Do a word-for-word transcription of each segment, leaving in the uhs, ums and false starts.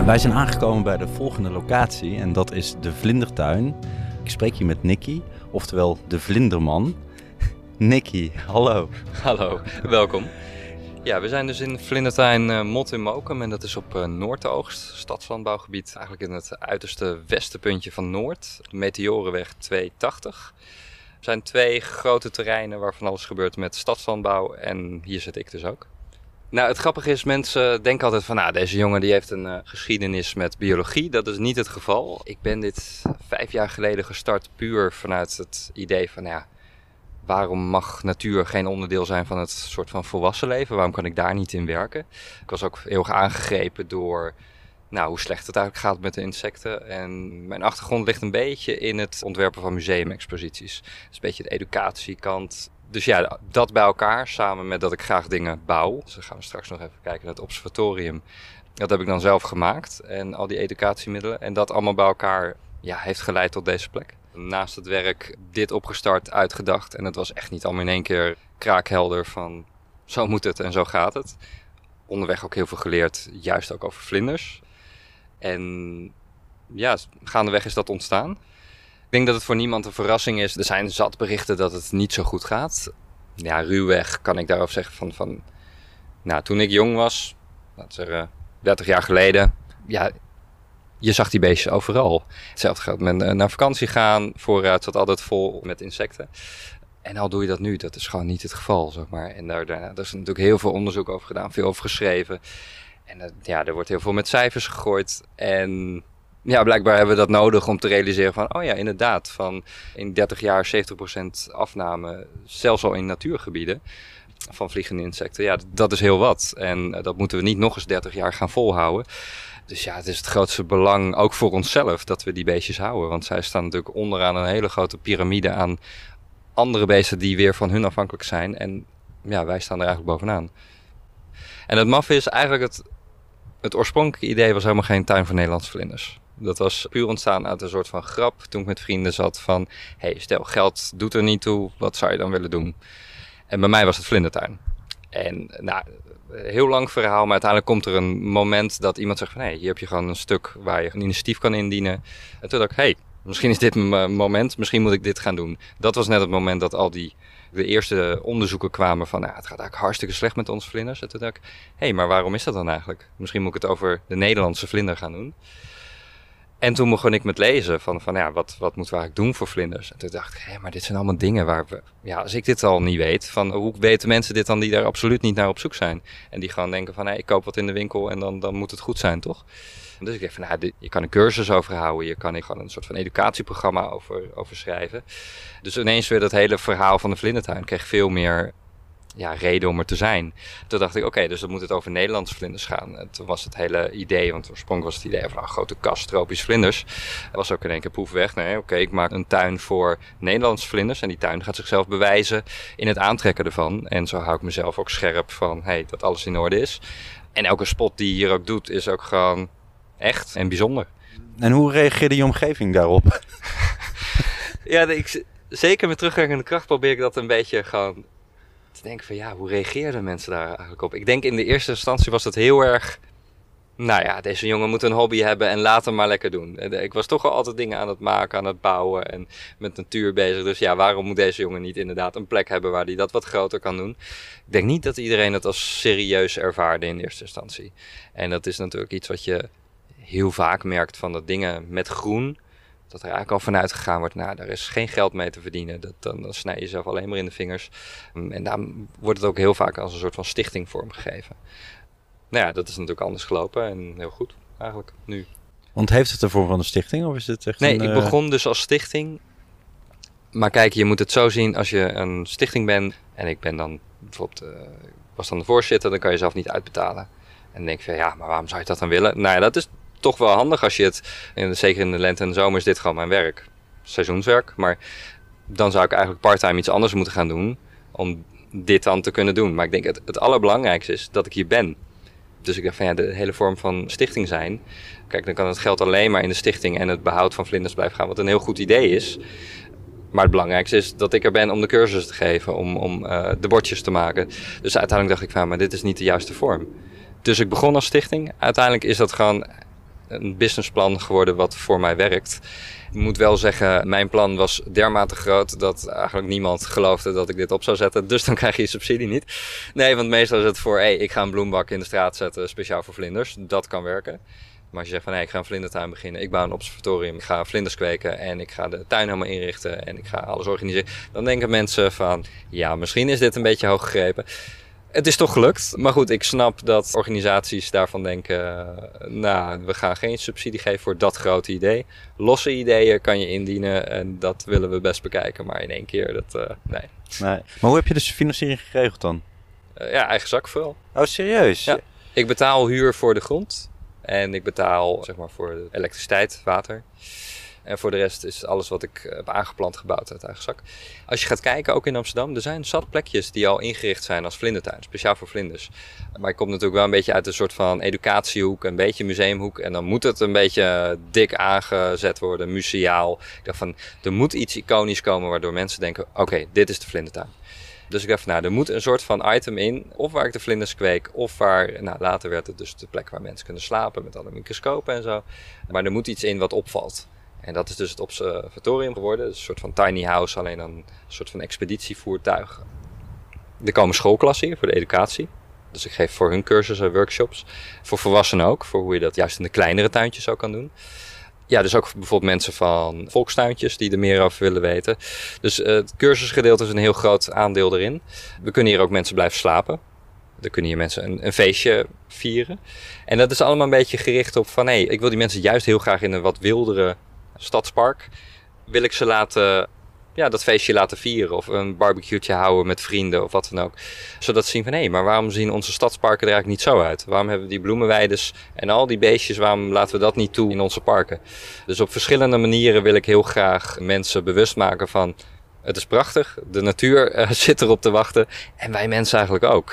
Wij zijn aangekomen bij de volgende locatie en dat is de Vlindertuin. Ik spreek hier met Nicky, oftewel de Vlinderman. Nicky, hallo. Hallo, welkom. Ja, we zijn dus in Vlindertuin uh, Mot in Mokum en dat is op uh, Noordoogst, stadslandbouwgebied. Eigenlijk in het uiterste westenpuntje van Noord, de Meteorenweg tweehonderdtachtig. Er zijn twee grote terreinen waar van alles gebeurt met stadslandbouw en hier zit ik dus ook. Nou, het grappige is, mensen denken altijd van, nou, deze jongen die heeft een uh, geschiedenis met biologie. Dat is niet het geval. Ik ben dit vijf jaar geleden gestart puur vanuit het idee van, ja, waarom mag natuur geen onderdeel zijn van het soort van volwassen leven? Waarom kan ik daar niet in werken? Ik was ook heel erg aangegrepen door, nou, hoe slecht het eigenlijk gaat met de insecten. En mijn achtergrond ligt een beetje in het ontwerpen van museumexposities. Dus een beetje de educatiekant. Dus ja, dat bij elkaar, samen met dat ik graag dingen bouw. Dus dan gaan we straks nog even kijken naar het observatorium. Dat heb ik dan zelf gemaakt en al die educatiemiddelen. En dat allemaal bij elkaar, ja, heeft geleid tot deze plek. Naast het werk dit opgestart, uitgedacht. En het was echt niet allemaal in één keer kraakhelder van zo moet het en zo gaat het. Onderweg ook heel veel geleerd, juist ook over vlinders. En ja, gaandeweg is dat ontstaan. Ik denk dat het voor niemand een verrassing is. Er zijn zat berichten dat het niet zo goed gaat. Ja, ruwweg kan ik daarover zeggen van, van nou, toen ik jong was, laten we zeggen dertig jaar geleden, ja, je zag die beestjes overal. Hetzelfde geldt met uh, naar vakantie gaan, vooruit zat altijd vol met insecten. En al doe je dat nu, dat is gewoon niet het geval, zeg maar. En daar, daar, daar is natuurlijk heel veel onderzoek over gedaan, veel over geschreven. En uh, ja, er wordt heel veel met cijfers gegooid. En ja, blijkbaar hebben we dat nodig om te realiseren van, oh ja, inderdaad, van in dertig jaar zeventig procent afname, zelfs al in natuurgebieden, van vliegende insecten. Ja, dat is heel wat. En uh, dat moeten we niet nog eens dertig jaar gaan volhouden. Dus ja, het is het grootste belang, ook voor onszelf, dat we die beestjes houden. Want zij staan natuurlijk onderaan een hele grote piramide aan andere beesten die weer van hun afhankelijk zijn. En ja, wij staan er eigenlijk bovenaan. En het maffe is eigenlijk, het, het oorspronkelijke idee was helemaal geen tuin voor Nederlandse vlinders. Dat was puur ontstaan uit een soort van grap toen ik met vrienden zat van, hey, stel geld doet er niet toe, wat zou je dan willen doen? En bij mij was het vlindertuin. En nou, heel lang verhaal, maar uiteindelijk komt er een moment dat iemand zegt van, hé, hey, hier heb je gewoon een stuk waar je een initiatief kan indienen. En toen dacht ik, hé, hey, misschien is dit mijn moment, misschien moet ik dit gaan doen. Dat was net het moment dat al die, de eerste onderzoeken kwamen van, nou, het gaat eigenlijk hartstikke slecht met onze vlinders. En toen dacht ik, hé, hey, maar waarom is dat dan eigenlijk? Misschien moet ik het over de Nederlandse vlinder gaan doen. En toen begon ik met lezen van, van ja, wat, wat moeten we eigenlijk doen voor vlinders? En toen dacht ik, hé, maar dit zijn allemaal dingen waar we, ja, als ik dit al niet weet, van hoe weten mensen dit dan die daar absoluut niet naar op zoek zijn? En die gewoon denken van, hé, ik koop wat in de winkel en dan, dan moet het goed zijn, toch? Dus ik dacht van, nou, dit, je kan een cursus over houden, je kan er gewoon een soort van educatieprogramma over, over schrijven. Dus ineens weer dat hele verhaal van de vlindertuin kreeg veel meer, ja, reden om er te zijn. Toen dacht ik, oké, okay, dus dan moet het over Nederlandse vlinders gaan. En toen was het hele idee, want oorspronkelijk was het idee van een grote kast tropische vlinders. Dat was ook in één keer poef weg. Nee, oké, okay, ik maak een tuin voor Nederlandse vlinders. En die tuin gaat zichzelf bewijzen in het aantrekken ervan. En zo hou ik mezelf ook scherp van, hey, dat alles in orde is. En elke spot die je hier ook doet, is ook gewoon echt en bijzonder. En hoe reageerde je omgeving daarop? Ja, ik, zeker met terugwerkende kracht probeer ik dat een beetje gewoon te denken van, ja, hoe reageerden mensen daar eigenlijk op? Ik denk in de eerste instantie was dat heel erg, nou ja, deze jongen moet een hobby hebben en laat hem maar lekker doen. Ik was toch al altijd dingen aan het maken, aan het bouwen en met natuur bezig. Dus ja, waarom moet deze jongen niet inderdaad een plek hebben waar hij dat wat groter kan doen? Ik denk niet dat iedereen het als serieus ervaarde in eerste instantie. En dat is natuurlijk iets wat je heel vaak merkt van dat dingen met groen, dat er eigenlijk al vanuit gegaan wordt, nou, daar is geen geld mee te verdienen. Dat, dan, dan snij je jezelf alleen maar in de vingers. En daarom wordt het ook heel vaak als een soort van stichting vormgegeven. Nou ja, dat is natuurlijk anders gelopen en heel goed eigenlijk nu. Want heeft het de vorm van een stichting of is het echt Nee, een, ik uh... begon dus als stichting. Maar kijk, je moet het zo zien als je een stichting bent. En ik ben dan bijvoorbeeld, uh, ik was dan de voorzitter, dan kan je zelf niet uitbetalen. En dan denk je van, ja, maar waarom zou je dat dan willen? Nou ja, dat is toch wel handig als je het, en zeker in de lente en de zomer is dit gewoon mijn werk. Seizoenswerk, maar dan zou ik eigenlijk parttime iets anders moeten gaan doen om dit dan te kunnen doen. Maar ik denk het, het allerbelangrijkste is dat ik hier ben. Dus ik dacht van ja, de hele vorm van stichting zijn. Kijk, dan kan het geld alleen maar in de stichting en het behoud van vlinders blijven gaan, wat een heel goed idee is. Maar het belangrijkste is dat ik er ben om de cursus te geven, om, om uh, de bordjes te maken. Dus uiteindelijk dacht ik van, maar dit is niet de juiste vorm. Dus ik begon als stichting. Uiteindelijk is dat gewoon een businessplan geworden wat voor mij werkt. Ik moet wel zeggen, mijn plan was dermate groot dat eigenlijk niemand geloofde dat ik dit op zou zetten. Dus dan krijg je je subsidie niet. Nee, want meestal is het voor, hey, ik ga een bloembak in de straat zetten, speciaal voor vlinders. Dat kan werken. Maar als je zegt van, hey, ik ga een vlindertuin beginnen, ik bouw een observatorium, ik ga vlinders kweken en ik ga de tuin helemaal inrichten en ik ga alles organiseren. Dan denken mensen van, ja, misschien is dit een beetje hoog gegrepen. Het is toch gelukt. Maar goed, ik snap dat organisaties daarvan denken, nou, we gaan geen subsidie geven voor dat grote idee. Losse ideeën kan je indienen en dat willen we best bekijken. Maar in één keer, dat, uh, nee. nee. Maar hoe heb je dus de financiering geregeld dan? Uh, ja, eigen zak vooral. Oh, serieus? Ja. Ik betaal huur voor de grond en ik betaal, zeg maar, voor de elektriciteit, water. En voor de rest is alles wat ik heb aangeplant gebouwd uit eigen zak. Als je gaat kijken, ook in Amsterdam, er zijn zat plekjes die al ingericht zijn als vlindertuin. Speciaal voor vlinders. Maar ik kom natuurlijk wel een beetje uit een soort van educatiehoek, een beetje museumhoek. En dan moet het een beetje dik aangezet worden, museaal. Ik dacht van, er moet iets iconisch komen waardoor mensen denken, oké, okay, dit is de vlindertuin. Dus ik dacht van, nou, er moet een soort van item in, of waar ik de vlinders kweek, of waar, nou, later werd het dus de plek waar mensen kunnen slapen met alle microscopen en zo. Maar er moet iets in wat opvalt. En dat is dus het observatorium geworden. Dus een soort van tiny house, alleen dan een soort van expeditievoertuig. Er komen schoolklassen hier voor de educatie. Dus ik geef voor hun cursussen, workshops. Voor volwassenen ook, voor hoe je dat juist in de kleinere tuintjes ook kan doen. Ja, dus ook bijvoorbeeld mensen van volkstuintjes die er meer over willen weten. Dus uh, het cursusgedeelte is een heel groot aandeel erin. We kunnen hier ook mensen blijven slapen. Er kunnen hier mensen een, een feestje vieren. En dat is allemaal een beetje gericht op van, hé, hey, ik wil die mensen juist heel graag in een wat wildere stadspark. Wil ik ze laten, ja, dat feestje laten vieren of een barbecue'tje houden met vrienden of wat dan ook. Zodat ze zien van, hé, hey, maar waarom zien onze stadsparken er eigenlijk niet zo uit? Waarom hebben we die bloemenweides en al die beestjes, waarom laten we dat niet toe in onze parken? Dus op verschillende manieren wil ik heel graag mensen bewust maken van, het is prachtig, de natuur uh, zit erop te wachten en wij mensen eigenlijk ook.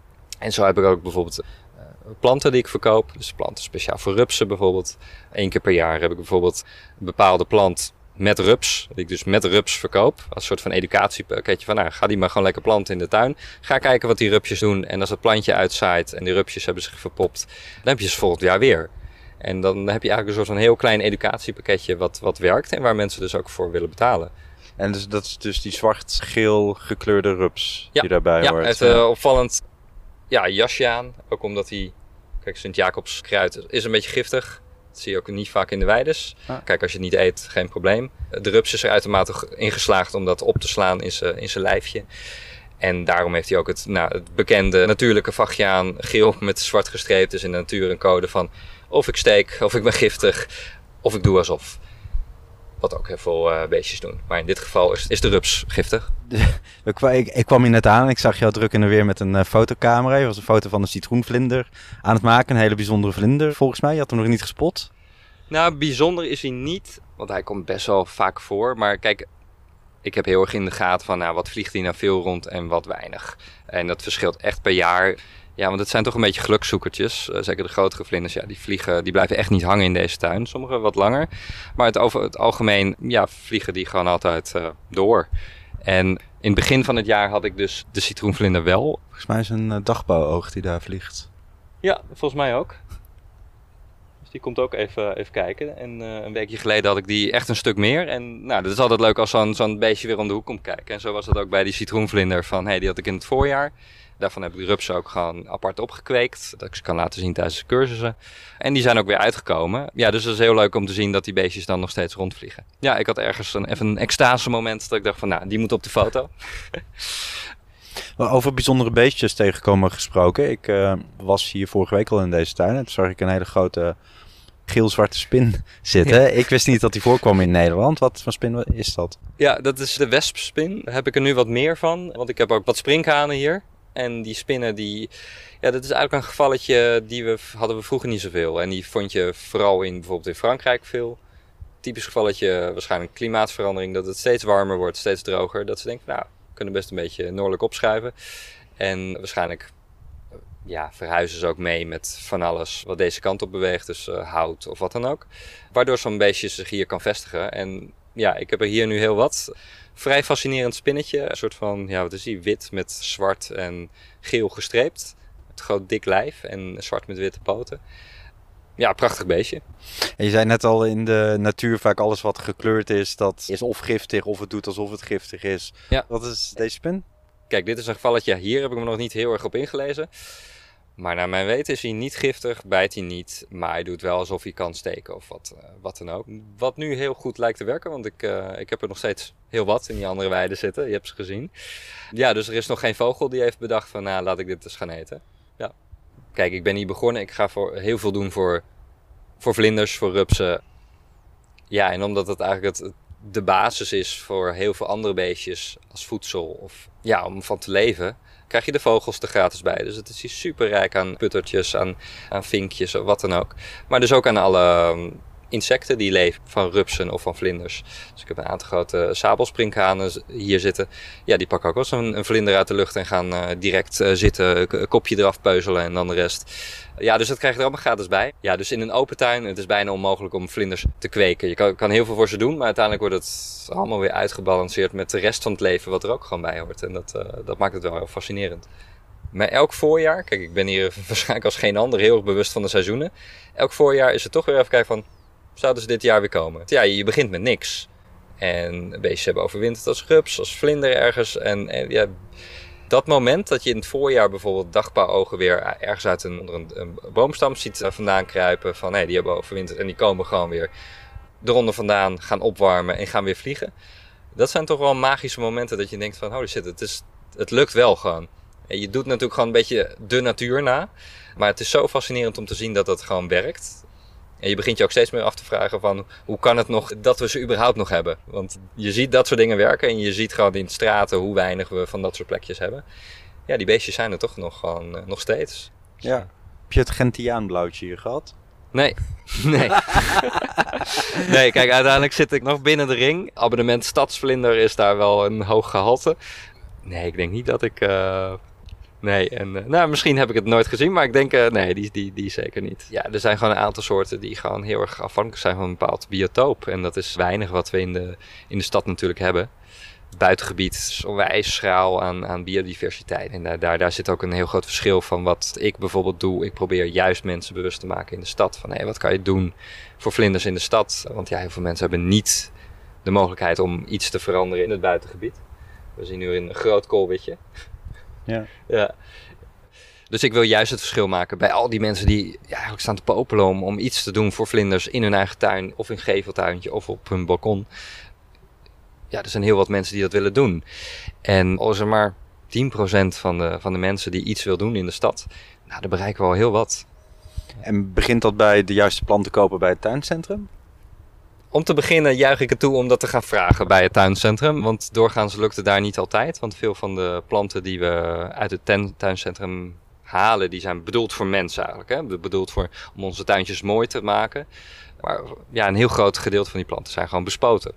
En zo heb ik ook bijvoorbeeld uh, planten die ik verkoop. Dus planten speciaal voor rupsen bijvoorbeeld. Eén keer per jaar heb ik bijvoorbeeld een bepaalde plant met rups. Die ik dus met rups verkoop. Als een soort van educatiepakketje van, nou, ga die maar gewoon lekker planten in de tuin. Ga kijken wat die rupsjes doen. En als het plantje uitzaait en die rupsjes hebben zich verpopt, dan heb je ze volgend jaar weer. En dan heb je eigenlijk een soort van heel klein educatiepakketje wat, wat werkt. En waar mensen dus ook voor willen betalen. En dus, dat is dus die zwart-geel gekleurde rups ja, die daarbij ja, hoort. Het, uh, opvallend ja, jasje aan. Ook omdat hij, kijk, Sint-Jacobs kruid is een beetje giftig. Dat zie je ook niet vaak in de weides. Ah. Kijk, als je het niet eet, geen probleem. De rups is er uitermate ingeslaagd om dat op te slaan in zijn, in zijn lijfje. En daarom heeft hij ook het, nou, het bekende natuurlijke vachtje aan, geel met zwart gestreept. Dus in de natuur een code van of ik steek, of ik ben giftig, of ik doe alsof. Wat ook heel veel uh, beestjes doen. Maar in dit geval is, is de rups giftig. ik, ik kwam hier net aan en ik zag jou druk in de weer met een uh, fotocamera. Je was een foto van een citroenvlinder aan het maken. Een hele bijzondere vlinder volgens mij. Je had hem nog niet gespot. Nou, bijzonder is hij niet. Want hij komt best wel vaak voor. Maar kijk, ik heb heel erg in de gaten van, nou, wat vliegt hij nou veel rond en wat weinig. En dat verschilt echt per jaar. Ja, want het zijn toch een beetje gelukzoekertjes. Uh, zeker de grotere vlinders, ja, die vliegen, die blijven echt niet hangen in deze tuin. Sommige wat langer. Maar het over het algemeen, ja, vliegen die gewoon altijd uh, door. En in het begin van het jaar had ik dus de citroenvlinder wel. Volgens mij is een uh, dagbouwoog die daar vliegt. Ja, volgens mij ook. Dus die komt ook even, even kijken. En uh, een weekje geleden had ik die echt een stuk meer. En nou, dat is altijd leuk als zo'n, zo'n beestje weer om de hoek komt kijken. En zo was dat ook bij die citroenvlinder van, hey, die had ik in het voorjaar. Daarvan heb ik de rupsen ook gewoon apart opgekweekt. Dat ik ze kan laten zien tijdens de cursussen. En die zijn ook weer uitgekomen. Ja, dus het is heel leuk om te zien dat die beestjes dan nog steeds rondvliegen. Ja, ik had ergens een, even een extase moment dat ik dacht van, nou, die moet op de foto. Over bijzondere beestjes tegenkomen gesproken. Ik uh, was hier vorige week al in deze tuin. En toen zag ik een hele grote geel-zwarte spin zitten. Ja. Ik wist niet dat die voorkwam in Nederland. Wat voor spin is dat? Ja, dat is de wespspin. Daar heb ik er nu wat meer van. Want ik heb ook wat sprinkhanen hier. En die spinnen, die, ja, dat is eigenlijk een gevalletje die we hadden we vroeger niet zoveel. En die vond je vooral in bijvoorbeeld in Frankrijk veel. Typisch gevalletje, waarschijnlijk klimaatverandering, dat het steeds warmer wordt, steeds droger. Dat ze denken, nou, we kunnen best een beetje noordelijk opschuiven. En waarschijnlijk, ja, verhuizen ze ook mee met van alles wat deze kant op beweegt. Dus uh, hout of wat dan ook. Waardoor zo'n beestje zich hier kan vestigen. En ja, ik heb er hier nu heel wat. Vrij fascinerend spinnetje. Een soort van, ja, wat is die? Wit met zwart en geel gestreept. Het groot dik lijf en zwart met witte poten. Ja, prachtig beestje. En je zei net al, in de natuur vaak alles wat gekleurd is, dat is of giftig of het doet alsof het giftig is. Ja. Wat is deze spin? Kijk, dit is een gevalletje. Hier heb ik me nog niet heel erg op ingelezen. Maar naar mijn weten is hij niet giftig, bijt hij niet. Maar hij doet wel alsof hij kan steken of wat, uh, wat dan ook. Wat nu heel goed lijkt te werken, want ik, uh, ik heb er nog steeds heel wat in die andere weiden zitten. Je hebt ze gezien. Ja, dus er is nog geen vogel die heeft bedacht van, nou, laat ik dit eens gaan eten. Ja. Kijk, ik ben hier begonnen. Ik ga voor heel veel doen voor, voor vlinders, voor rupsen. Ja, en omdat het eigenlijk het, de basis is voor heel veel andere beestjes als voedsel of ja, om van te leven, krijg je de vogels er gratis bij. Dus het is hier super rijk aan puttertjes, aan, aan vinkjes of wat dan ook. Maar dus ook aan alle um, insecten die leven, van rupsen of van vlinders. Dus ik heb een aantal grote sabelsprinkhanen hier zitten. Ja, die pakken ook wel eens een, een vlinder uit de lucht en gaan uh, direct uh, zitten, k- kopje eraf peuzelen en dan de rest. Ja, dus dat krijg je er allemaal gratis bij. Ja, dus in een open tuin, het is bijna onmogelijk om vlinders te kweken. Je kan, kan heel veel voor ze doen, maar uiteindelijk wordt het allemaal weer uitgebalanceerd met de rest van het leven wat er ook gewoon bij hoort. En dat, uh, dat maakt het wel heel fascinerend. Maar elk voorjaar, kijk, ik ben hier waarschijnlijk als geen ander heel erg bewust van de seizoenen. Elk voorjaar is het toch weer even kijken van, zouden ze dit jaar weer komen? Ja, je begint met niks. En beestjes hebben overwinterd als rups, als vlinder ergens. En, en ja, dat moment dat je in het voorjaar bijvoorbeeld dagpauwogen weer ergens uit een, onder een, een boomstam ziet vandaan kruipen. Van hé, hey, die hebben overwinterd en die komen gewoon weer eronder vandaan, gaan opwarmen en gaan weer vliegen. Dat zijn toch wel magische momenten dat je denkt van, holy shit, het, is, het lukt wel gewoon. En je doet natuurlijk gewoon een beetje de natuur na. Maar het is zo fascinerend om te zien dat dat gewoon werkt. En je begint je ook steeds meer af te vragen van, hoe kan het nog dat we ze überhaupt nog hebben? Want je ziet dat soort dingen werken en je ziet gewoon in de straten hoe weinig we van dat soort plekjes hebben. Ja, die beestjes zijn er toch nog gewoon uh, nog steeds. Ja. Heb je het Gentiaanblauwtje hier gehad? Nee, nee. Nee, kijk, uiteindelijk zit ik nog binnen de ring. Abonnement Stadsvlinder is daar wel een hoog gehalte. Nee, ik denk niet dat ik... Uh... Nee, en uh, nou, misschien heb ik het nooit gezien, maar ik denk, uh, nee, die, die, die zeker niet. Ja, er zijn gewoon een aantal soorten die gewoon heel erg afhankelijk zijn van een bepaald biotoop. En dat is weinig wat we in de, in de stad natuurlijk hebben. Het buitengebied is onwijs schraal aan, aan biodiversiteit. En daar, daar, daar zit ook een heel groot verschil van wat ik bijvoorbeeld doe. Ik probeer juist mensen bewust te maken in de stad. Van, hé, hey, wat kan je doen voor vlinders in de stad? Want ja, heel veel mensen hebben niet de mogelijkheid om iets te veranderen in het buitengebied. We zien nu een groot koolwitje. Ja. Ja. Dus ik wil juist het verschil maken bij al die mensen die ja, eigenlijk staan te popelen om, om iets te doen voor vlinders in hun eigen tuin of in een geveltuintje of op hun balkon. Ja, er zijn heel wat mensen die dat willen doen. En al is er maar tien procent van de, van de mensen die iets wil doen in de stad, nou, dan bereiken we al heel wat. En begint dat bij de juiste planten kopen bij het tuincentrum? Om te beginnen juich ik het toe om dat te gaan vragen bij het tuincentrum. Want doorgaans lukt het daar niet altijd. Want veel van de planten die we uit het ten- tuincentrum halen, die zijn bedoeld voor mensen eigenlijk. Hè? Bedoeld voor, om onze tuintjes mooi te maken. Maar ja, een heel groot gedeelte van die planten zijn gewoon bespoten.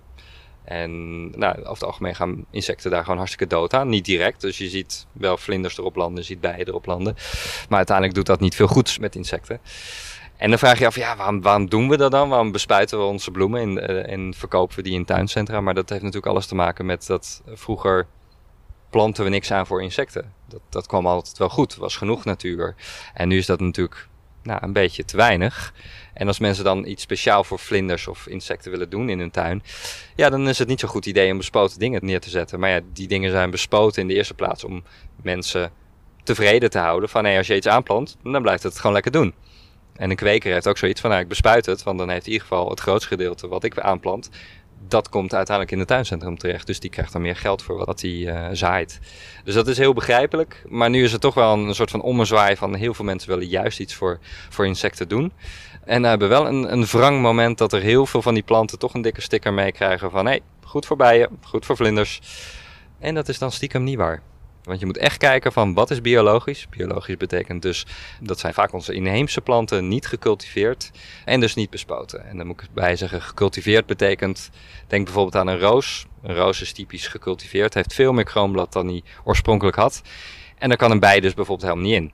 En nou, over het algemeen gaan insecten daar gewoon hartstikke dood aan. Niet direct, dus je ziet wel vlinders erop landen, je ziet bijen erop landen. Maar uiteindelijk doet dat niet veel goeds met insecten. En dan vraag je af, ja, waarom, waarom doen we dat dan? Waarom bespuiten we onze bloemen en, uh, en verkopen we die in tuincentra? Maar dat heeft natuurlijk alles te maken met dat vroeger planten we niks aan voor insecten. Dat, dat kwam altijd wel goed, er was genoeg natuur. En nu is dat natuurlijk nou, een beetje te weinig. En als mensen dan iets speciaal voor vlinders of insecten willen doen in hun tuin, ja, dan is het niet zo'n goed idee om bespoten dingen neer te zetten. Maar ja, die dingen zijn bespoten in de eerste plaats om mensen tevreden te houden. Van hey, als je iets aanplant, dan blijft het gewoon lekker doen. En een kweker heeft ook zoiets van, nou, ik bespuit het, want dan heeft in ieder geval het grootste gedeelte wat ik aanplant, dat komt uiteindelijk in het tuincentrum terecht. Dus die krijgt dan meer geld voor wat hij uh, zaait. Dus dat is heel begrijpelijk. Maar nu is het toch wel een, een soort van ommezwaai van heel veel mensen willen juist iets voor, voor insecten doen. En we hebben wel een, een wrang moment dat er heel veel van die planten toch een dikke sticker meekrijgen van, hé, hey, goed voor bijen, goed voor vlinders. En dat is dan stiekem niet waar. Want je moet echt kijken van wat is biologisch. Biologisch betekent dus, dat zijn vaak onze inheemse planten, niet gecultiveerd en dus niet bespoten. En dan moet ik bij zeggen, gecultiveerd betekent, denk bijvoorbeeld aan een roos. Een roos is typisch gecultiveerd, heeft veel meer kroonblad dan hij oorspronkelijk had. En daar kan een bij dus bijvoorbeeld helemaal niet in.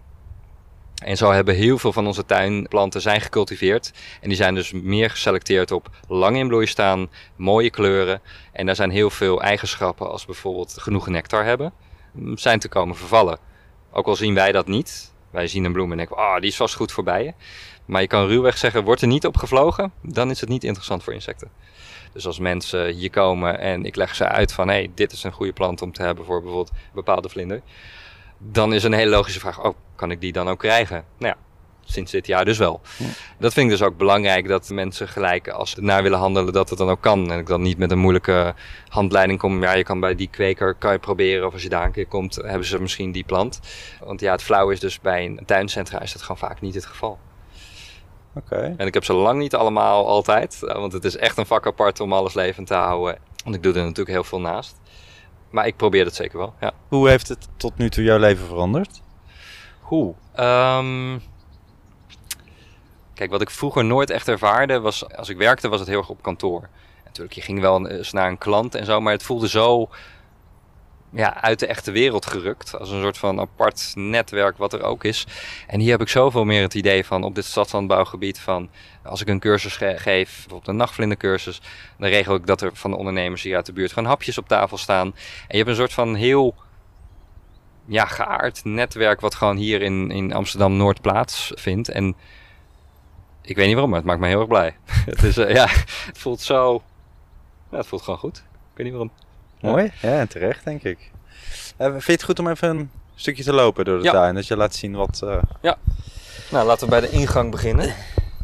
En zo hebben heel veel van onze tuinplanten zijn gecultiveerd. En die zijn dus meer geselecteerd op lang in bloei staan, mooie kleuren. En daar zijn heel veel eigenschappen als bijvoorbeeld genoeg nectar hebben, zijn te komen vervallen. Ook al zien wij dat niet, Wij zien een bloem en denken, oh, die is vast goed voor bijen. Maar je kan ruwweg zeggen, wordt er niet op gevlogen, dan is het niet interessant voor insecten. Dus als mensen hier komen en ik leg ze uit van, hé, hey, dit is een goede plant om te hebben voor bijvoorbeeld een bepaalde vlinder. Dan is een hele logische vraag, oh, kan ik die dan ook krijgen? Nou ja, sinds dit jaar dus wel. Ja. Dat vind ik dus ook belangrijk, dat mensen gelijk als ze ernaar willen handelen, dat het dan ook kan. En ik dan niet met een moeilijke handleiding kom. Ja, je kan bij die kweker, kan je proberen, of als je daar een keer komt, hebben ze misschien die plant. Want ja, het flauw is dus bij een tuincentra is dat gewoon vaak niet het geval. Okay. En ik heb ze lang niet allemaal altijd, want het is echt een vak apart om alles levend te houden. Want ik doe er natuurlijk heel veel naast. Maar ik probeer het zeker wel, ja. Hoe heeft het tot nu toe jouw leven veranderd? Hoe? Um, kijk, wat ik vroeger nooit echt ervaarde was, als ik werkte was het heel erg op kantoor. En natuurlijk, je ging wel eens naar een klant en zo, maar het voelde zo ja, uit de echte wereld gerukt. Als een soort van apart netwerk wat er ook is. En hier heb ik zoveel meer het idee van op dit stadslandbouwgebied van als ik een cursus ge- geef, bijvoorbeeld een nachtvlindercursus, dan regel ik dat er van de ondernemers hier uit de buurt gewoon hapjes op tafel staan. En je hebt een soort van heel ja, geaard netwerk wat gewoon hier in, in Amsterdam-Noord plaatsvindt. En ik weet niet waarom, maar het maakt me heel erg blij. het, is, uh, ja, het voelt zo, ja, het voelt gewoon goed. Ik weet niet waarom. Mooi, ja, en terecht denk ik. Uh, vind je het goed om even een stukje te lopen door de ja. tuin? Dat je laat zien wat... Uh... Ja, nou laten we bij de ingang beginnen.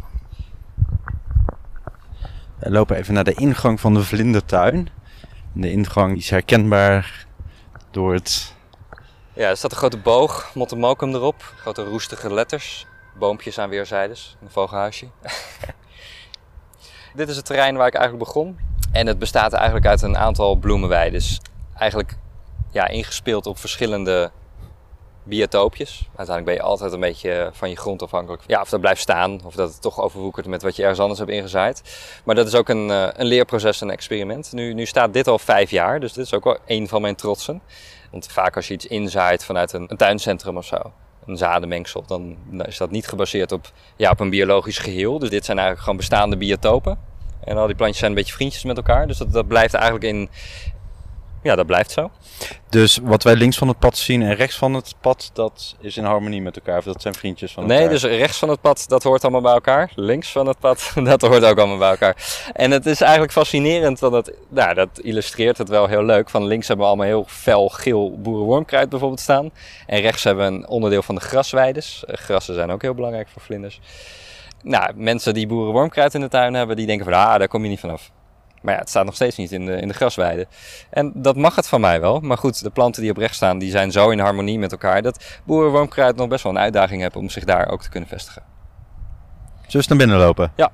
We lopen even naar de ingang van de vlindertuin. De ingang is herkenbaar door het... Ja, er staat een grote boog, Mottemokum erop. Grote roestige letters. Boompjes aan weerszijdes. Een vogelhuisje. Dit is het terrein waar ik eigenlijk begon. En het bestaat eigenlijk uit een aantal bloemenweides. Eigenlijk ja, ingespeeld op verschillende biotoopjes. Uiteindelijk ben je altijd een beetje van je grond afhankelijk. Ja, of dat blijft staan, of dat het toch overwoekert met wat je ergens anders hebt ingezaaid. Maar dat is ook een, een leerproces, een experiment. Nu, nu staat dit al vijf jaar, dus dit is ook wel een van mijn trotsen. Want vaak als je iets inzaait vanuit een, een tuincentrum of zo, een zadenmengsel, dan, dan is dat niet gebaseerd op, ja, op een biologisch geheel. Dus dit zijn eigenlijk gewoon bestaande biotopen. En al die plantjes zijn een beetje vriendjes met elkaar. Dus dat, dat blijft eigenlijk in... Ja, dat blijft zo. Dus wat wij links van het pad zien en rechts van het pad, dat is in harmonie met elkaar? Of dat zijn vriendjes van elkaar? Nee, dus rechts van het pad, dat hoort allemaal bij elkaar. Links van het pad, dat hoort ook allemaal bij elkaar. En het is eigenlijk fascinerend, want het, nou, dat illustreert het wel heel leuk. Van links hebben we allemaal heel fel geel boerenwormkruid bijvoorbeeld staan. En rechts hebben we een onderdeel van de grasweides. Grassen zijn ook heel belangrijk voor vlinders. Nou, mensen die boerenwormkruid in de tuin hebben, die denken van, ah, daar kom je niet vanaf. Maar ja, het staat nog steeds niet in de, in de grasweide. En dat mag het van mij wel. Maar goed, de planten die op rechts staan, die zijn zo in harmonie met elkaar, dat boerenwormkruid nog best wel een uitdaging heeft om zich daar ook te kunnen vestigen. Zullen we naar binnen lopen? Ja.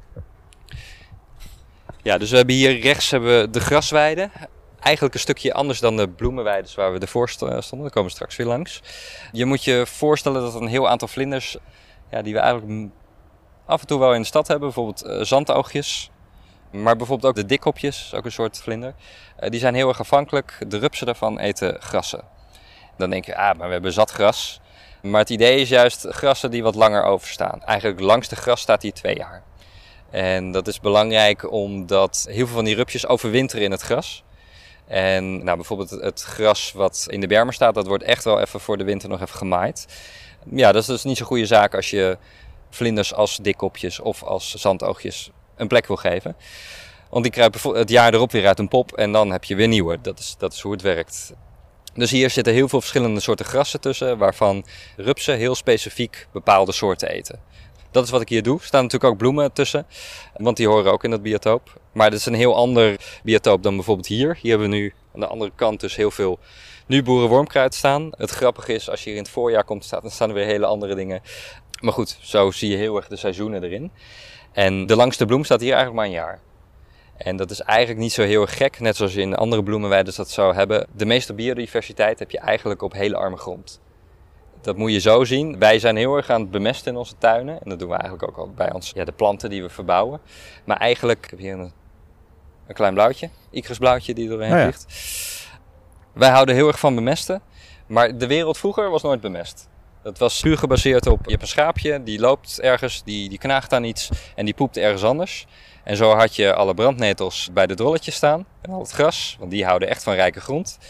Ja, dus we hebben hier rechts hebben we de grasweide. Eigenlijk een stukje anders dan de bloemenweides waar we ervoor stonden. Daar komen we straks weer langs. Je moet je voorstellen dat een heel aantal vlinders, ja, die we eigenlijk af en toe wel in de stad hebben, bijvoorbeeld uh, zandoogjes. Maar bijvoorbeeld ook de dikkopjes, ook een soort vlinder. Uh, die zijn heel erg afhankelijk. De rupsen daarvan eten grassen. Dan denk je, ah, maar we hebben zat gras. Maar het idee is juist grassen die wat langer overstaan. Eigenlijk langs de gras staat hier twee jaar. En dat is belangrijk omdat heel veel van die rupsjes overwinteren in het gras. En nou, bijvoorbeeld het gras wat in de bermen staat, dat wordt echt wel even voor de winter nog even gemaaid. Ja, dat is dus niet zo'n goede zaak als je vlinders als dikkopjes of als zandoogjes een plek wil geven. Want die kruipen het jaar erop weer uit een pop en dan heb je weer nieuwe. Dat is, dat is hoe het werkt. Dus hier zitten heel veel verschillende soorten grassen tussen, waarvan rupsen heel specifiek bepaalde soorten eten. Dat is wat ik hier doe. Er staan natuurlijk ook bloemen tussen, want die horen ook in dat biotoop. Maar dit is een heel ander biotoop dan bijvoorbeeld hier. Hier hebben we nu aan de andere kant dus heel veel nu boerenwormkruid staan. Het grappige is, als je hier in het voorjaar komt, dan staan er weer hele andere dingen. Maar goed, zo zie je heel erg de seizoenen erin. En de langste bloem staat hier eigenlijk maar een jaar. En dat is eigenlijk niet zo heel erg gek, net zoals je in andere bloemenweiden dat zou hebben. De meeste biodiversiteit heb je eigenlijk op hele arme grond. Dat moet je zo zien. Wij zijn heel erg aan het bemesten in onze tuinen. En dat doen we eigenlijk ook al bij ons, ja, de planten die we verbouwen. Maar eigenlijk, ik heb hier een, een klein blauwtje, ichusblauwtje die er doorheen vliegt. Oh ja. Wij houden heel erg van bemesten. Maar de wereld vroeger was nooit bemest. Dat was puur gebaseerd op, je hebt een schaapje, die loopt ergens, die, die knaagt aan iets en die poept ergens anders. En zo had je alle brandnetels bij de drolletjes staan en al het gras, want die houden echt van rijke grond.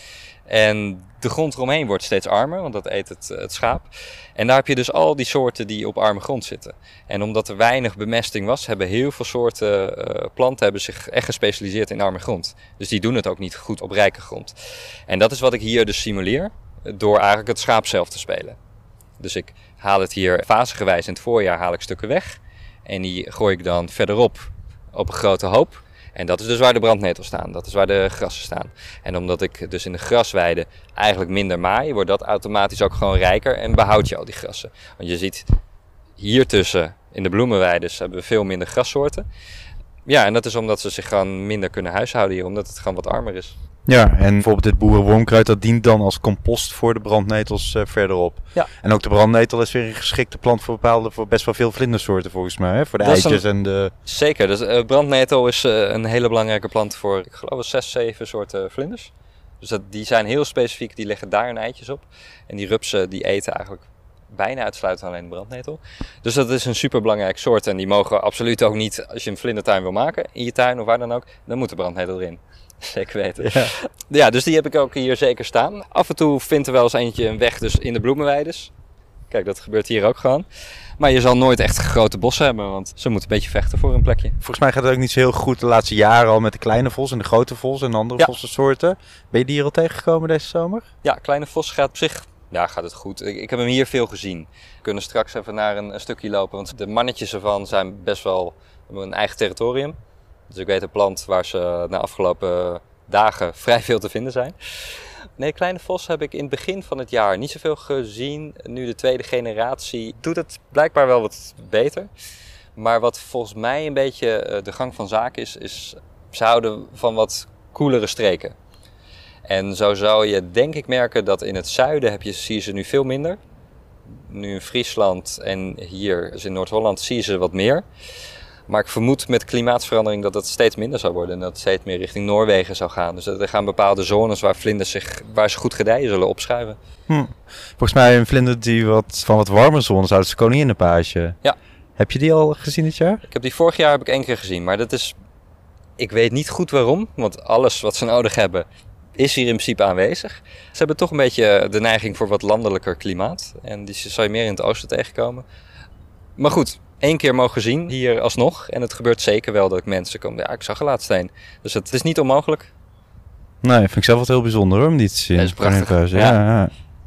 En de grond eromheen wordt steeds armer, want dat eet het, het schaap. En daar heb je dus al die soorten die op arme grond zitten. En omdat er weinig bemesting was, hebben heel veel soorten uh, planten hebben zich echt gespecialiseerd in arme grond. Dus die doen het ook niet goed op rijke grond. En dat is wat ik hier dus simuleer, door eigenlijk het schaap zelf te spelen. Dus ik haal het hier fasegewijs in het voorjaar haal ik stukken weg. En die gooi ik dan verderop op een grote hoop. En dat is dus waar de brandnetels staan. Dat is waar de grassen staan. En omdat ik dus in de grasweide eigenlijk minder maai, wordt dat automatisch ook gewoon rijker en behoud je al die grassen. Want je ziet hier tussen in de bloemenweides hebben we veel minder grassoorten. Ja, en dat is omdat ze zich gewoon minder kunnen huishouden hier, omdat het gewoon wat armer is. Ja, en bijvoorbeeld dit boerenwormkruid, dat dient dan als compost voor de brandnetels uh, verderop. Ja. En ook de brandnetel is weer een geschikte plant voor bepaalde, voor best wel veel vlindersoorten volgens mij, hè? Voor de dat eitjes een... en de... Zeker, dus uh, brandnetel is uh, een hele belangrijke plant voor, ik geloof, zes, zeven soorten vlinders. Dus dat, die zijn heel specifiek, die leggen daar hun eitjes op. En die rupsen, die eten eigenlijk bijna uitsluitend alleen de brandnetel. Dus dat is een superbelangrijk soort en die mogen absoluut ook niet, als je een vlindertuin wil maken, in je tuin of waar dan ook, dan moet de brandnetel erin. Zeker weten. Ja. ja, dus die heb ik ook hier zeker staan. Af en toe vindt er wel eens eentje een weg dus in de bloemenweides. Kijk, dat gebeurt hier ook gewoon. Maar je zal nooit echt grote bossen hebben, want ze moeten een beetje vechten voor een plekje. Volgens mij gaat het ook niet zo heel goed de laatste jaren al met de kleine vos en de grote vos en andere ja. vossensoorten. Ben je die hier al tegengekomen deze zomer? Ja, kleine vos gaat op zich, ja, gaat het goed. Ik, ik heb hem hier veel gezien. We kunnen straks even naar een, een stukje lopen, want de mannetjes ervan zijn best wel een eigen territorium. Dus ik weet een plant waar ze de afgelopen dagen vrij veel te vinden zijn. Nee, kleine vos heb ik in het begin van het jaar niet zoveel gezien. Nu de tweede generatie doet het blijkbaar wel wat beter. Maar wat volgens mij een beetje de gang van zaken is, is ze houden van wat koelere streken. En zo zou je denk ik merken dat in het zuiden heb je, zie je ze nu veel minder. Nu in Friesland en hier dus in Noord-Holland zie je ze wat meer. Maar ik vermoed met klimaatsverandering dat het steeds minder zou worden en dat het steeds meer richting Noorwegen zou gaan. Dus er gaan bepaalde zones waar vlinders zich, waar ze goed gedijen zullen opschuiven. Hm. Volgens mij een vlinder die wat, van wat warme zones uit, is de koninginnenpage. Ja. Heb je die al gezien dit jaar? Ik heb die vorig jaar heb ik één keer gezien, maar dat is, ik weet niet goed waarom, want alles wat ze nodig hebben is hier in principe aanwezig. Ze hebben toch een beetje de neiging voor wat landelijker klimaat en die zou je meer in het oosten tegenkomen. Maar goed. Eén keer mogen zien, hier alsnog. En het gebeurt zeker wel dat ik mensen kom. Ja, ik zag er laatst een. Dus het is niet onmogelijk. Nee, vind ik zelf wat heel bijzonder hoor, om die te zien. Dat is prachtig. Ja, ja. ja.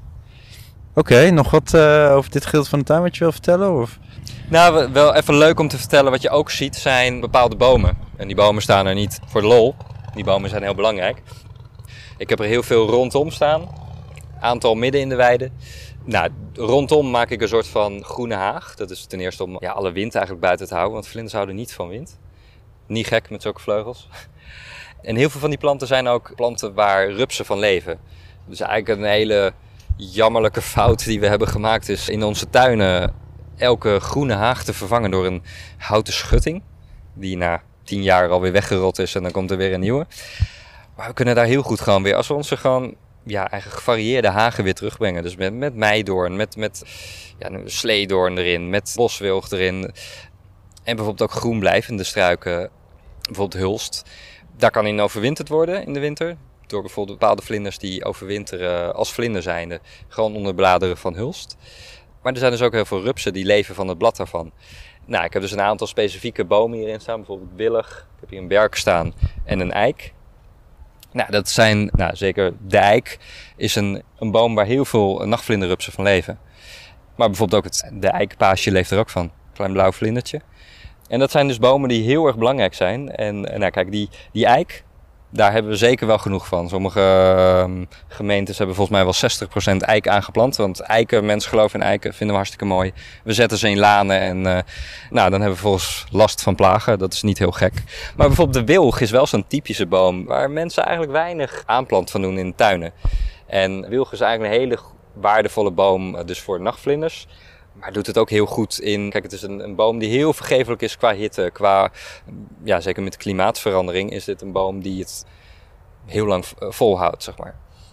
Oké, okay, nog wat uh, over dit gedeelte van de tuin wat je wil vertellen? Of? Nou, wel even leuk om te vertellen. Wat je ook ziet zijn bepaalde bomen. En die bomen staan er niet voor de lol. Die bomen zijn heel belangrijk. Ik heb er heel veel rondom staan. Aantal midden in de weide. Nou, rondom maak ik een soort van groene haag. Dat is ten eerste om ja, alle wind eigenlijk buiten te houden. Want vlinders houden niet van wind. Niet gek met zulke vleugels. En heel veel van die planten zijn ook planten waar rupsen van leven. Dus eigenlijk een hele jammerlijke fout die we hebben gemaakt is in onze tuinen elke groene haag te vervangen door een houten schutting. Die na tien jaar alweer weggerot is en dan komt er weer een nieuwe. Maar we kunnen daar heel goed gewoon weer, als we onze gewoon ja, eigenlijk gevarieerde hagen weer terugbrengen. Dus met, met meidoorn, met, met ja, sleedoorn erin, met boswilg erin. En bijvoorbeeld ook groenblijvende struiken, bijvoorbeeld hulst. Daar kan in overwinterd worden in de winter. Door bijvoorbeeld bepaalde vlinders die overwinteren als vlinder zijnde. Gewoon onder bladeren van hulst. Maar er zijn dus ook heel veel rupsen die leven van het blad daarvan. Nou, ik heb dus een aantal specifieke bomen hierin staan. Bijvoorbeeld willig. Ik heb hier een berk staan en een eik. Nou, dat zijn, nou zeker de eik is een, een boom waar heel veel nachtvlinderrupsen van leven. Maar bijvoorbeeld ook het, de eikpaasje leeft er ook van. Een klein blauw vlindertje. En dat zijn dus bomen die heel erg belangrijk zijn. En, en nou kijk, die, die eik, daar hebben we zeker wel genoeg van. Sommige uh, gemeentes hebben volgens mij wel zestig procent eik aangeplant. Want eiken, mensen geloven in eiken, vinden we hartstikke mooi. We zetten ze in lanen en uh, nou, dan hebben we volgens last van plagen. Dat is niet heel gek. Maar bijvoorbeeld de wilg is wel zo'n typische boom waar mensen eigenlijk weinig aanplant van doen in tuinen. En wilg is eigenlijk een hele waardevolle boom dus voor nachtvlinders. Maar doet het ook heel goed in. Kijk, het is een, een boom die heel vergeeflijk is qua hitte. Qua, ja, zeker met klimaatverandering is dit een boom die het heel lang volhoudt, zeg maar.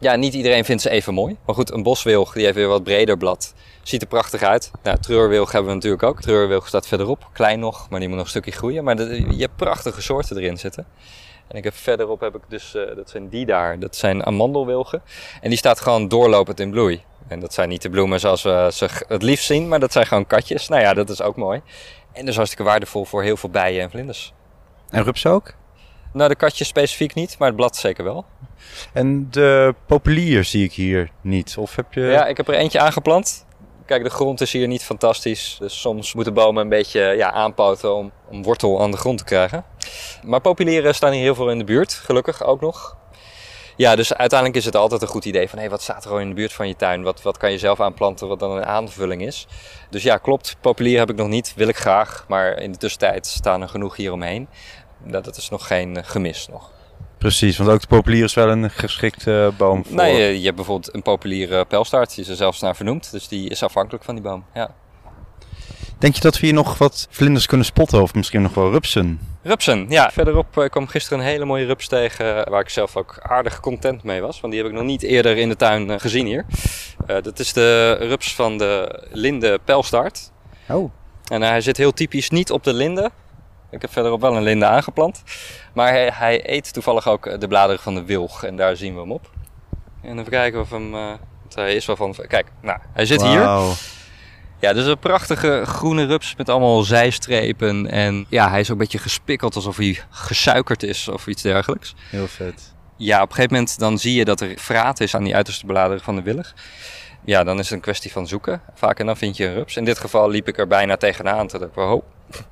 Ja, niet iedereen vindt ze even mooi. Maar goed, een boswilg, die heeft weer wat breder blad. Ziet er prachtig uit. Nou, treurwilg hebben we natuurlijk ook. Treurwilg staat verderop. Klein nog, maar die moet nog een stukje groeien. Maar de, je hebt prachtige soorten erin zitten. En ik heb verderop heb ik dus, uh, dat zijn die daar. Dat zijn amandelwilgen. En die staat gewoon doorlopend in bloei. En dat zijn niet de bloemen zoals we ze het liefst zien, maar dat zijn gewoon katjes. Nou ja, dat is ook mooi. En dus hartstikke waardevol voor heel veel bijen en vlinders. En rups ook? Nou, de katjes specifiek niet, maar het blad zeker wel. En de populier zie ik hier niet. Of heb je... Ja, ik heb er eentje aangeplant. Kijk, de grond is hier niet fantastisch. Dus soms moeten bomen een beetje ja, aanpoten om, om wortel aan de grond te krijgen. Maar populieren staan hier heel veel in de buurt, gelukkig ook nog. Ja, dus uiteindelijk is het altijd een goed idee van... hé, hey, wat staat er al in de buurt van je tuin? Wat, wat kan je zelf aanplanten wat dan een aanvulling is? Dus ja, klopt. Populier heb ik nog niet. Wil ik graag. Maar in de tussentijd staan er genoeg hier omheen. Dat, dat is nog geen uh, gemis nog. Precies, want ook de populier is wel een geschikte uh, boom voor... Nee, je, je hebt bijvoorbeeld een populiere pijlstaart. Die is er zelfs naar vernoemd. Dus die is afhankelijk van die boom, ja. Denk je dat we hier nog wat vlinders kunnen spotten? Of misschien nog wel rupsen? Rupsen, ja. Verderop uh, kwam gisteren een hele mooie rups tegen... waar ik zelf ook aardig content mee was. Want die heb ik nog niet eerder in de tuin uh, gezien hier. Uh, dat is de rups van de linde pijlstaart. Oh. En uh, hij zit heel typisch niet op de linde. Ik heb verderop wel een linde aangeplant. Maar hij, hij eet toevallig ook de bladeren van de wilg. En daar zien we hem op. En even kijken of hem... Uh, hij is wel van... Kijk, nou, hij zit Wow. hier. Ja, dus een prachtige groene rups met allemaal zijstrepen. En ja, hij is ook een beetje gespikkeld alsof hij gesuikerd is of iets dergelijks. Heel vet. Ja, op een gegeven moment dan zie je dat er vraat is aan die uiterste bladeren van de wilg. Ja, dan is het een kwestie van zoeken. Vaak en dan vind je een rups. In dit geval liep ik er bijna tegenaan. Toen dacht ik, oh,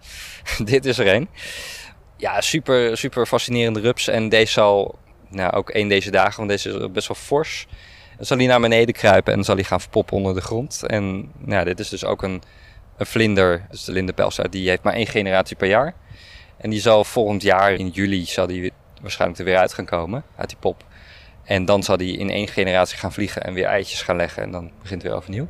dit is er een. Ja, super, super fascinerende rups. En deze zal, nou ook één deze dagen, want deze is best wel fors. Dan zal hij naar beneden kruipen en dan zal hij gaan verpoppen onder de grond. En nou, dit is dus ook een, een vlinder, dus de lindepijlstaart, die heeft maar één generatie per jaar. En die zal volgend jaar, in juli, zal die waarschijnlijk er weer uit gaan komen, uit die pop. En dan zal die in één generatie gaan vliegen en weer eitjes gaan leggen en dan begint het weer overnieuw.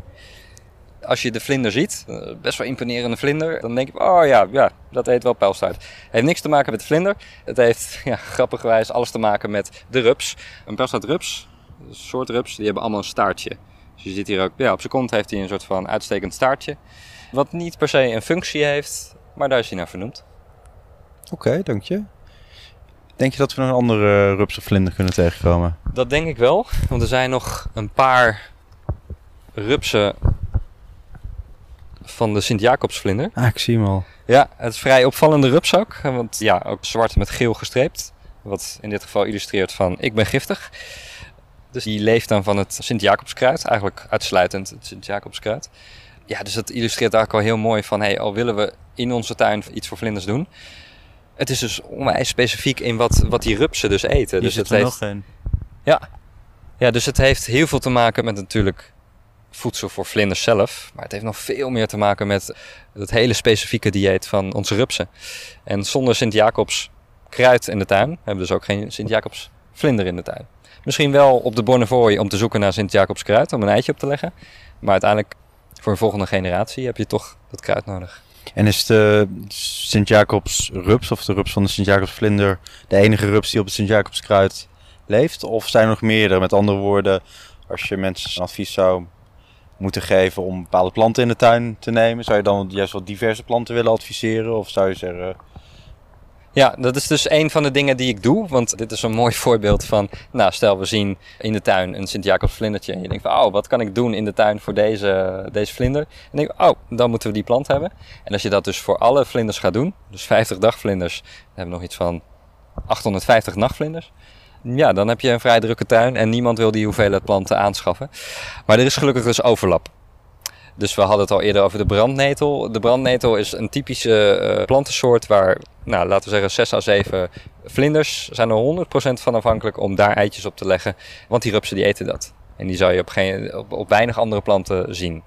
Als je de vlinder ziet, best wel imponerende vlinder, dan denk je, oh ja, ja dat heet wel pijlstaart. Het heeft niks te maken met de vlinder. Het heeft, ja, grappigerwijs, alles te maken met de rups. Een pijlstaartrups, een soort rups, die hebben allemaal een staartje. Dus je ziet hier ook, ja, op zijn kont heeft hij een soort van uitstekend staartje. Wat niet per se een functie heeft, maar daar is hij naar vernoemd. Oké, okay, dank je. Denk je dat we nog een andere rups of vlinder kunnen tegenkomen? Dat denk ik wel, want er zijn nog een paar rupsen van de Sint-Jacobsvlinder. Ah, ik zie hem al. Ja, het is vrij opvallende rups ook. Want ja, ook zwart met geel gestreept. Wat in dit geval illustreert van ik ben giftig. Dus die leeft dan van het Sint-Jacobskruid. Eigenlijk uitsluitend het Sint-Jacobskruid. Ja, dus dat illustreert eigenlijk al heel mooi van hey, al willen we in onze tuin iets voor vlinders doen. Het is dus onwijs specifiek in wat, wat die rupsen dus eten. Hier dus zit het er heeft, nog een. Ja. ja, dus het heeft heel veel te maken met natuurlijk voedsel voor vlinders zelf. Maar het heeft nog veel meer te maken met het hele specifieke dieet van onze rupsen. En zonder Sint-Jacobs kruid in de tuin hebben we dus ook geen Sint-Jacobs vlinder in de tuin. Misschien wel op de Bonnefoy om te zoeken naar Sint-Jacobs kruid om een eitje op te leggen. Maar uiteindelijk voor een volgende generatie heb je toch dat kruid nodig. En is de Sint-Jacobs rups of de rups van de Sint-Jacobs vlinder de enige rups die op het Sint-Jacobs kruid leeft? Of zijn er nog meerdere? Met andere woorden, als je mensen een advies zou moeten geven om bepaalde planten in de tuin te nemen, zou je dan juist wat diverse planten willen adviseren? Of zou je zeggen... Ja, dat is dus een van de dingen die ik doe. Want dit is een mooi voorbeeld van... Nou, stel we zien in de tuin een Sint-Jacobs vlindertje. En je denkt van, oh, wat kan ik doen in de tuin voor deze, deze vlinder? En denk je, oh, dan moeten we die plant hebben. En als je dat dus voor alle vlinders gaat doen... Dus vijftig dagvlinders, dan hebben we nog iets van achthonderdvijftig nachtvlinders. Ja, dan heb je een vrij drukke tuin. En niemand wil die hoeveelheid planten aanschaffen. Maar er is gelukkig dus overlap. Dus we hadden het al eerder over de brandnetel. De brandnetel is een typische uh, plantensoort waar, nou, laten we zeggen, zes à zeven vlinders zijn er honderd procent van afhankelijk om daar eitjes op te leggen. Want die rupsen die eten dat. En die zou je op, geen, op, op weinig andere planten zien.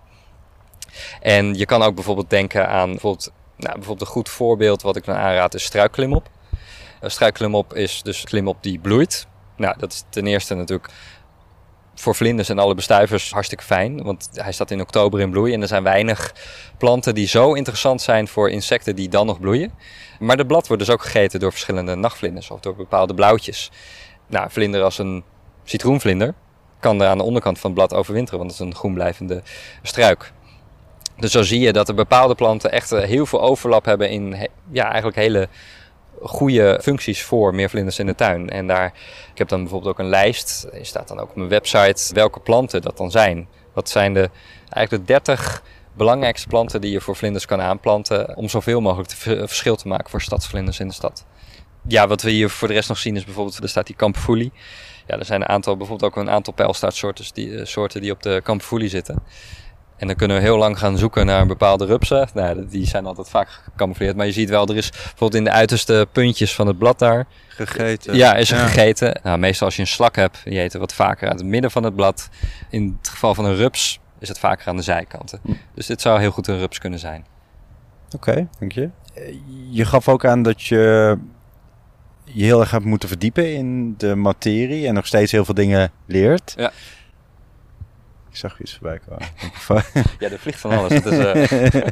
En je kan ook bijvoorbeeld denken aan, bijvoorbeeld, nou, bijvoorbeeld een goed voorbeeld wat ik dan aanraad is struikklimop. Uh, struikklimop is dus klimop die bloeit. Nou, dat is ten eerste natuurlijk voor vlinders en alle bestuivers hartstikke fijn, want hij staat in oktober in bloei en er zijn weinig planten die zo interessant zijn voor insecten die dan nog bloeien. Maar de blad wordt dus ook gegeten door verschillende nachtvlinders of door bepaalde blauwtjes. Nou, een vlinder als een citroenvlinder, kan er aan de onderkant van het blad overwinteren, want het is een groenblijvende struik. Dus zo zie je dat er bepaalde planten echt heel veel overlap hebben in ja, eigenlijk hele goede functies voor meer vlinders in de tuin. En daar, ik heb dan bijvoorbeeld ook een lijst, er staat dan ook op mijn website welke planten dat dan zijn. Wat zijn de, eigenlijk de dertig belangrijkste planten die je voor vlinders kan aanplanten om zoveel mogelijk te verschil te maken voor stadsvlinders in de stad. Ja, wat we hier voor de rest nog zien is bijvoorbeeld, er staat die kamperfoelie. Ja, er zijn een aantal, bijvoorbeeld ook een aantal pijlstaartsoorten die, soorten die op de kamperfoelie zitten. En dan kunnen we heel lang gaan zoeken naar bepaalde rupsen. Nou, die zijn altijd vaak gecamoufleerd. Maar je ziet wel, er is bijvoorbeeld in de uiterste puntjes van het blad daar. Gegeten. Ja, is er ja. gegeten. Nou, meestal als je een slak hebt, die eten wat vaker uit het midden van het blad. In het geval van een rups is het vaker aan de zijkanten. Hm. Dus dit zou heel goed een rups kunnen zijn. Oké, okay, dank je. Je gaf ook aan dat je je heel erg hebt moeten verdiepen in de materie en nog steeds heel veel dingen leert. Ja. Ik zag iets voorbij komen. Ja, er vliegt van alles. Dat is, uh...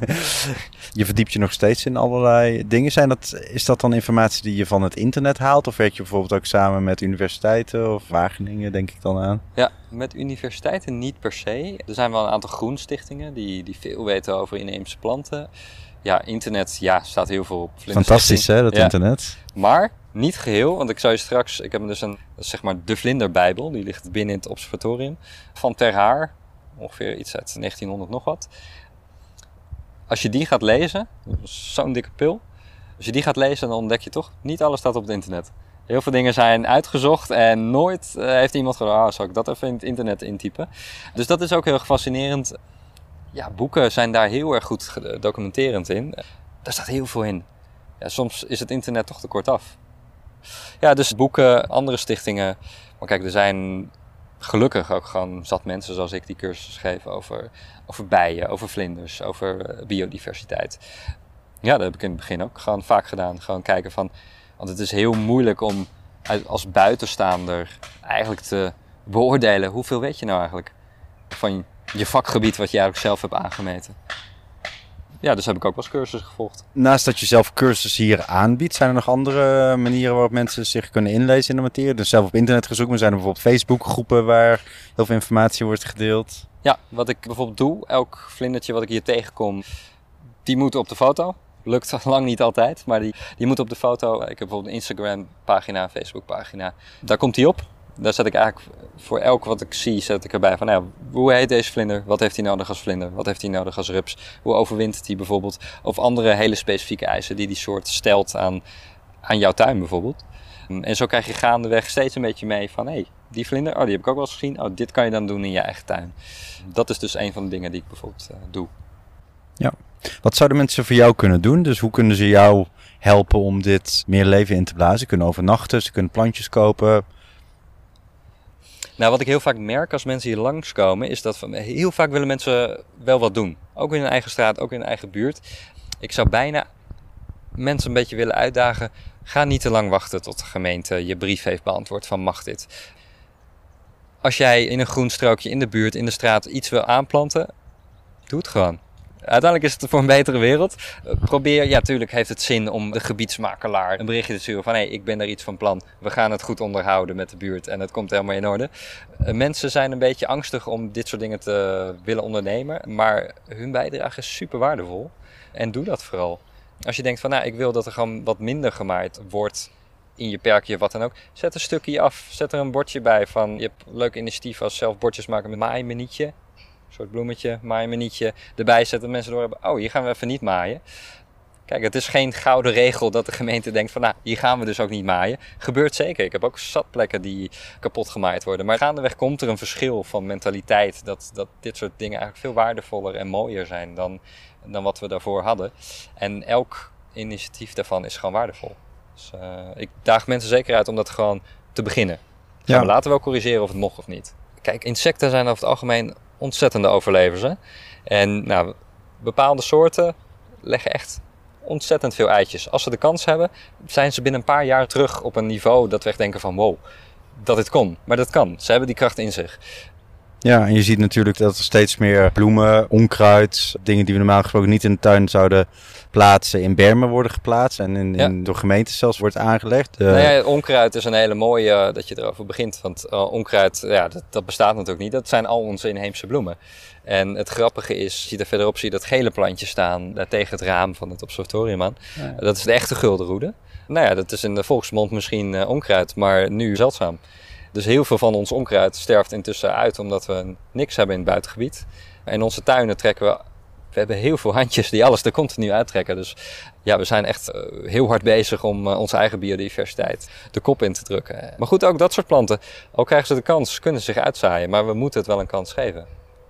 Je verdiept je nog steeds in allerlei dingen. Zijn dat, is dat dan informatie die je van het internet haalt? Of werk je bijvoorbeeld ook samen met universiteiten of Wageningen, denk ik dan aan? Ja, met universiteiten niet per se. Er zijn wel een aantal groenstichtingen die, die veel weten over inheemse planten. Ja, internet, ja, staat heel veel op. Fantastisch hè, dat ja. internet. Maar niet geheel, want ik zou je straks, ik heb dus een, zeg maar de vlinderbijbel, die ligt binnen in het observatorium, van Ter Haar, ongeveer iets uit negentienhonderd nog wat. Als je die gaat lezen, zo'n dikke pil, als je die gaat lezen, dan ontdek je toch, niet alles staat op het internet. Heel veel dingen zijn uitgezocht en nooit uh, heeft iemand gedacht, ah, zal ik dat even in het internet intypen. Dus dat is ook heel erg fascinerend. Ja, boeken zijn daar heel erg goed documenterend in. Daar staat heel veel in. Ja, soms is het internet toch te kort af. Ja, dus boeken, andere stichtingen. Maar kijk, er zijn gelukkig ook gewoon zat mensen zoals ik die cursussen geven over, over bijen, over vlinders, over biodiversiteit. Ja, dat heb ik in het begin ook gewoon vaak gedaan. Gewoon kijken van, want het is heel moeilijk om als buitenstaander eigenlijk te beoordelen hoeveel weet je nou eigenlijk van je vakgebied wat je eigenlijk zelf hebt aangemeten. Ja, dus heb ik ook wel eens cursussen gevolgd. Naast dat je zelf cursussen hier aanbiedt, zijn er nog andere manieren waarop mensen zich kunnen inlezen in de materie? Dus zelf op internet gezocht, maar zijn er bijvoorbeeld Facebookgroepen waar heel veel informatie wordt gedeeld? Ja, wat ik bijvoorbeeld doe, elk vlindertje wat ik hier tegenkom, die moet op de foto. Lukt lang niet altijd, maar die, die moet op de foto. Ik heb bijvoorbeeld een Instagram pagina, een Facebook pagina. Daar komt die op. Daar zet ik eigenlijk voor elk wat ik zie, zet ik erbij van, nou, hoe heet deze vlinder? Wat heeft hij nodig als vlinder? Wat heeft hij nodig als rups? Hoe overwintert hij bijvoorbeeld? Of andere hele specifieke eisen die die soort stelt aan, aan jouw tuin bijvoorbeeld. En zo krijg je gaandeweg steeds een beetje mee van, hé, hey, die vlinder, oh, die heb ik ook wel eens gezien. Oh, dit kan je dan doen in je eigen tuin. Dat is dus een van de dingen die ik bijvoorbeeld uh, doe. Ja. Wat zouden mensen voor jou kunnen doen? Dus hoe kunnen ze jou helpen om dit meer leven in te blazen? Ze kunnen overnachten, ze kunnen plantjes kopen. Nou, wat ik heel vaak merk als mensen hier langskomen, is dat heel vaak willen mensen wel wat doen. Ook in hun eigen straat, ook in hun eigen buurt. Ik zou bijna mensen een beetje willen uitdagen, ga niet te lang wachten tot de gemeente je brief heeft beantwoord van mag dit. Als jij in een groen strookje in de buurt, in de straat iets wil aanplanten, doe het gewoon. Uiteindelijk is het voor een betere wereld. Probeer, ja tuurlijk heeft het zin om de gebiedsmakelaar een berichtje te sturen van hé, hey, ik ben daar iets van plan. We gaan het goed onderhouden met de buurt en het komt helemaal in orde. Mensen zijn een beetje angstig om dit soort dingen te willen ondernemen, maar hun bijdrage is super waardevol. En doe dat vooral. Als je denkt van nou, ik wil dat er gewoon wat minder gemaaid wordt in je perkje of wat dan ook, zet een stukje af. Zet er een bordje bij van je hebt een leuk initiatief als zelf bordjes maken met maai me nietje. Een soort bloemetje, maai me nietje erbij zetten. Mensen door hebben, oh hier gaan we even niet maaien. Kijk, het is geen gouden regel dat de gemeente denkt van nou, hier gaan we dus ook niet maaien. Gebeurt zeker. Ik heb ook zat plekken die kapot gemaaid worden. Maar gaandeweg komt er een verschil van mentaliteit. Dat, dat dit soort dingen eigenlijk veel waardevoller en mooier zijn dan, dan wat we daarvoor hadden. En elk initiatief daarvan is gewoon waardevol. Dus uh, ik daag mensen zeker uit om dat gewoon te beginnen. Gaan ja. we later wel corrigeren of het mocht of niet. Kijk, insecten zijn over het algemeen ontzettende overlevers. Hè? En nou, bepaalde soorten leggen echt ontzettend veel eitjes. Als ze de kans hebben, zijn ze binnen een paar jaar terug op een niveau dat we echt denken van wow, dat dit kon. Maar dat kan. Ze hebben die kracht in zich. Ja, en je ziet natuurlijk dat er steeds meer bloemen, onkruid, dingen die we normaal gesproken niet in de tuin zouden plaatsen, in bermen worden geplaatst en in, Ja. in, door gemeenten zelfs wordt aangelegd. Uh, Nou ja, onkruid is een hele mooie uh, dat je erover begint. Want uh, onkruid, ja, dat, dat bestaat natuurlijk niet. Dat zijn al onze inheemse bloemen. En het grappige is, je ziet er verderop zie je dat gele plantje staan daar tegen het raam van het observatorium aan. Ja. Dat is de echte guldenroede. Nou ja, dat is in de volksmond misschien uh, onkruid, maar nu zeldzaam. Dus heel veel van ons onkruid sterft intussen uit omdat we niks hebben in het buitengebied. In onze tuinen trekken we, we hebben heel veel handjes die alles er continu uittrekken. Dus ja, we zijn echt uh, heel hard bezig om uh, onze eigen biodiversiteit de kop in te drukken. Maar goed, ook dat soort planten, ook krijgen ze de kans, kunnen zich uitzaaien, maar we moeten het wel een kans geven.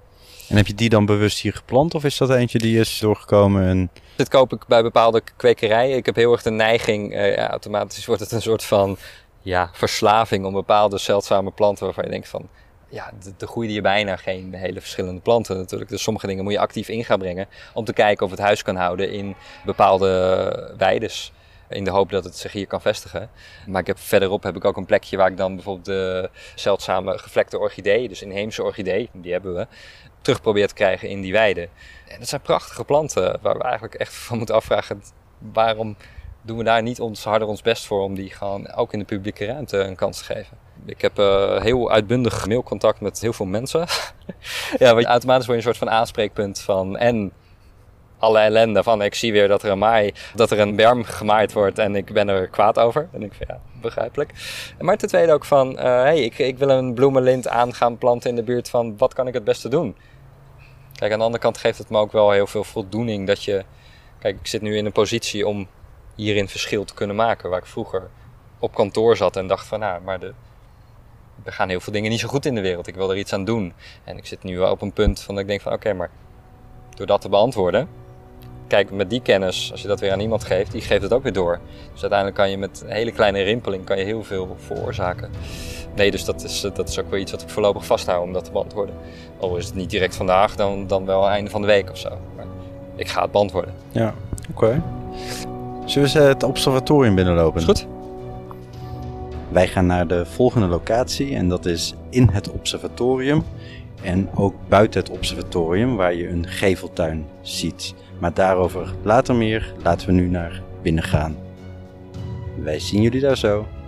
En heb je die dan bewust hier geplant of is dat eentje die is doorgekomen? En... Dit koop ik bij bepaalde kwekerijen. Ik heb heel erg de neiging, uh, ja, automatisch wordt het een soort van ja, verslaving om bepaalde zeldzame planten waarvan je denkt van, ja, er groeien hier bijna geen hele verschillende planten natuurlijk. Dus sommige dingen moet je actief in gaan brengen om te kijken of het huis kan houden in bepaalde weides. In de hoop dat het zich hier kan vestigen. Maar ik heb, verderop heb ik ook een plekje waar ik dan bijvoorbeeld de zeldzame gevlekte orchidee, dus inheemse orchidee, die hebben we, terug probeer te krijgen in die weide. En dat zijn prachtige planten waar we eigenlijk echt van moeten afvragen, waarom doen we daar niet ons harder ons best voor om die gewoon ook in de publieke ruimte een kans te geven. Ik heb uh, heel uitbundig mailcontact met heel veel mensen. Ja, want automatisch word je een soort van aanspreekpunt van en alle ellende van ik zie weer dat er een maai, dat er een berm gemaaid wordt en ik ben er kwaad over. En ik vind ja, begrijpelijk. Maar ten tweede ook van, uh, hey, ik, ik wil een bloemenlint aan gaan planten in de buurt van wat kan ik het beste doen? Kijk, aan de andere kant geeft het me ook wel heel veel voldoening dat je, kijk, ik zit nu in een positie om hierin verschil te kunnen maken, waar ik vroeger op kantoor zat en dacht van, nou, maar de, er gaan heel veel dingen niet zo goed in de wereld. Ik wil er iets aan doen. En ik zit nu wel op een punt van dat ik denk van, oké, okay, maar door dat te beantwoorden, kijk, met die kennis, als je dat weer aan iemand geeft, die geeft het ook weer door. Dus uiteindelijk kan je met een hele kleine rimpeling kan je heel veel veroorzaken. Nee, dus dat is, dat is ook wel iets wat ik voorlopig vasthoud om dat te beantwoorden. Al is het niet direct vandaag, dan, dan wel einde van de week of zo. Maar ik ga het beantwoorden. Ja, oké. Okay. Zullen we het observatorium binnenlopen? Is goed. Wij gaan naar de volgende locatie en dat is in het observatorium. En ook buiten het observatorium waar je een geveltuin ziet. Maar daarover later meer. Laten we nu naar binnen gaan. Wij zien jullie daar zo.